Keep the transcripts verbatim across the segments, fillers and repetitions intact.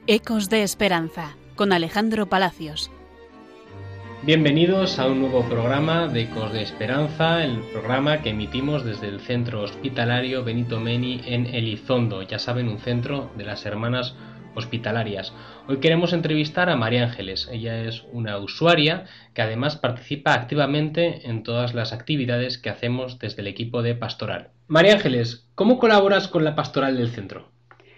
Ecos de Esperanza, con Alejandro Palacios. Bienvenidos a un nuevo programa de Ecos de Esperanza, el programa que emitimos desde el Centro Hospitalario Benito Meni en Elizondo, ya saben, un centro de las Hermanas Hospitalarias. Hoy queremos entrevistar a María Ángeles. Ella es una usuaria que además participa activamente en todas las actividades que hacemos desde el equipo de pastoral. María Ángeles, ¿cómo colaboras con la pastoral del centro?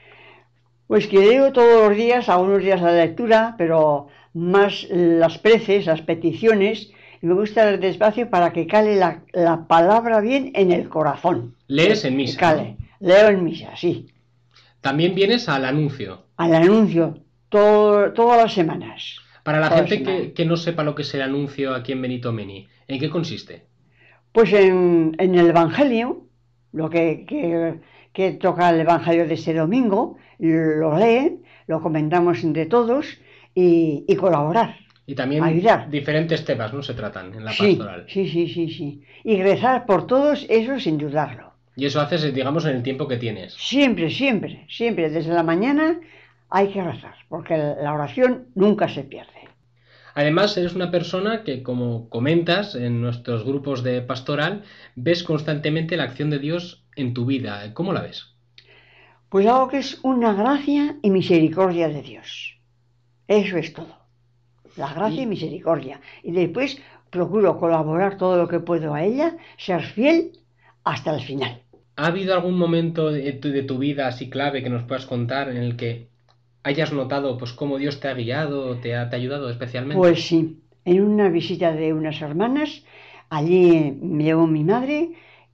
Pues que leo todos los días, algunos días la lectura, pero más las preces, las peticiones, y me gusta leer despacio para que cale la, la palabra bien en el corazón. Lees en misa, que cale. ¿no? Leo en misa, sí. También vienes al anuncio. Al anuncio, todo, todas las semanas. Para la Todas gente las que, que no sepa lo que es el anuncio aquí en Benito Meni, ¿en qué consiste? Pues en, en el Evangelio, lo que, que, que toca el Evangelio de este domingo, lo leen, lo comentamos entre todos y, y colaborar. Y también ayudar. Diferentes temas, ¿no? Se tratan en la sí, pastoral. Sí, sí, sí, sí. Y rezar por todos, eso sin dudarlo. Y eso haces, digamos, en el tiempo que tienes. Siempre, siempre, siempre. Desde la mañana hay que rezar, porque la oración nunca se pierde. Además, eres una persona que, como comentas en nuestros grupos de pastoral, ves constantemente la acción de Dios en tu vida. ¿Cómo la ves? Pues algo que es una gracia y misericordia de Dios. Eso es todo. La gracia y, y misericordia. Y después procuro colaborar todo lo que puedo a ella, ser fiel hasta el final. ¿Ha habido algún momento de tu, de tu vida así clave que nos puedas contar en el que hayas notado pues cómo Dios te ha guiado, te ha, te ha ayudado especialmente? Pues sí, en una visita de unas hermanas, allí me llevó mi madre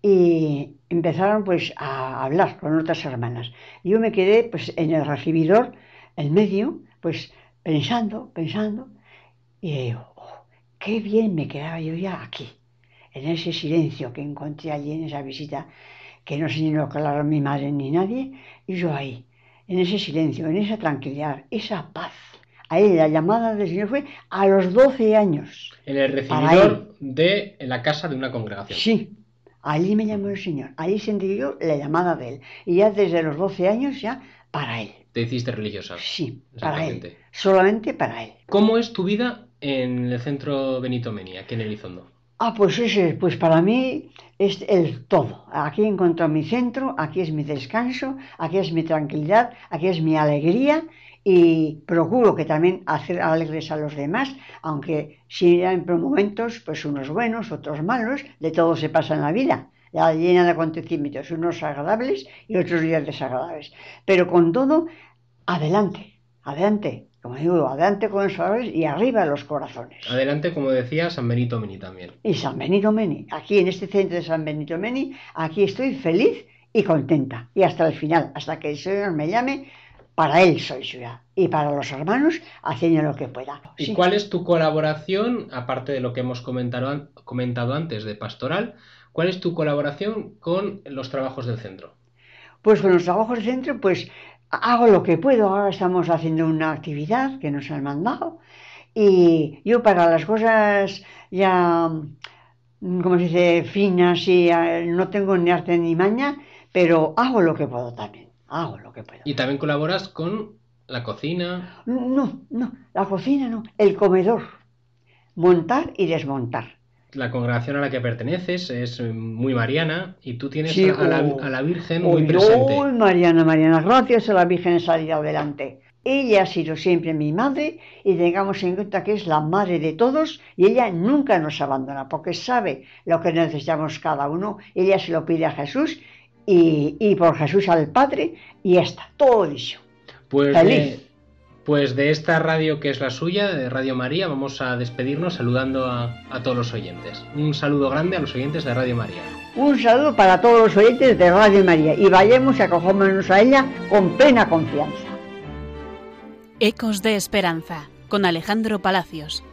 y empezaron pues a hablar con otras hermanas. Yo me quedé pues en el recibidor, en medio, pues pensando, pensando, y digo, oh, qué bien me quedaba yo ya aquí, en ese silencio que encontré allí en esa visita, que no sé ni lo que hablar mi madre ni nadie, y yo ahí, en ese silencio, en esa tranquilidad, esa paz. Ahí la llamada del Señor fue a los doce años. En el recibidor de en la casa de una congregación. Sí, allí me llamó el Señor, allí sentí yo la llamada de Él. Y ya desde los doce años ya para Él. ¿Te hiciste religiosa? Sí, para Él, solamente para Él. ¿Cómo es tu vida en el centro Benito Meni, aquí en Elizondo? Ah, pues ese, pues para mí es el todo. Aquí encuentro mi centro, aquí es mi descanso, aquí es mi tranquilidad, aquí es mi alegría y procuro que también hacer alegres a los demás, aunque si hay momentos, pues unos buenos, otros malos, de todo se pasa en la vida, ya llena de acontecimientos, unos agradables y otros días desagradables. Pero con todo, adelante, adelante. Como digo, adelante con los valores y arriba los corazones. Adelante, como decía, San Benito Meni también. Y San Benito Meni, aquí en este centro de San Benito Meni, aquí estoy feliz y contenta. Y hasta el final, hasta que el Señor me llame, para Él soy suya. Y para los hermanos, haciendo lo que pueda. ¿Y sí. cuál es tu colaboración, aparte de lo que hemos comentado, comentado antes de pastoral, cuál es tu colaboración con los trabajos del centro? Pues con los trabajos del centro, pues hago lo que puedo. Ahora estamos haciendo una actividad que nos han mandado y yo para las cosas ya, como se dice, finas y no tengo ni arte ni maña, pero hago lo que puedo también, hago lo que puedo. ¿Y también colaboras con la cocina? No, no, la cocina no, el comedor, montar y desmontar. La congregación a la que perteneces es muy mariana y tú tienes sí, a, la, oh, a la Virgen oh, muy presente. Oh, Mariana, Mariana, gracias a la Virgen he salido adelante. Ella ha sido siempre mi madre y tengamos en cuenta que es la madre de todos y ella nunca nos abandona porque sabe lo que necesitamos cada uno. Ella se lo pide a Jesús y, y por Jesús al Padre y ya está, todo dicho. Pues feliz. De... Pues de esta radio que es la suya, de Radio María, vamos a despedirnos saludando a, a todos los oyentes. Un saludo grande a los oyentes de Radio María. Un saludo para todos los oyentes de Radio María y vayamos y acojámonos a ella con plena confianza. Ecos de Esperanza, con Alejandro Palacios.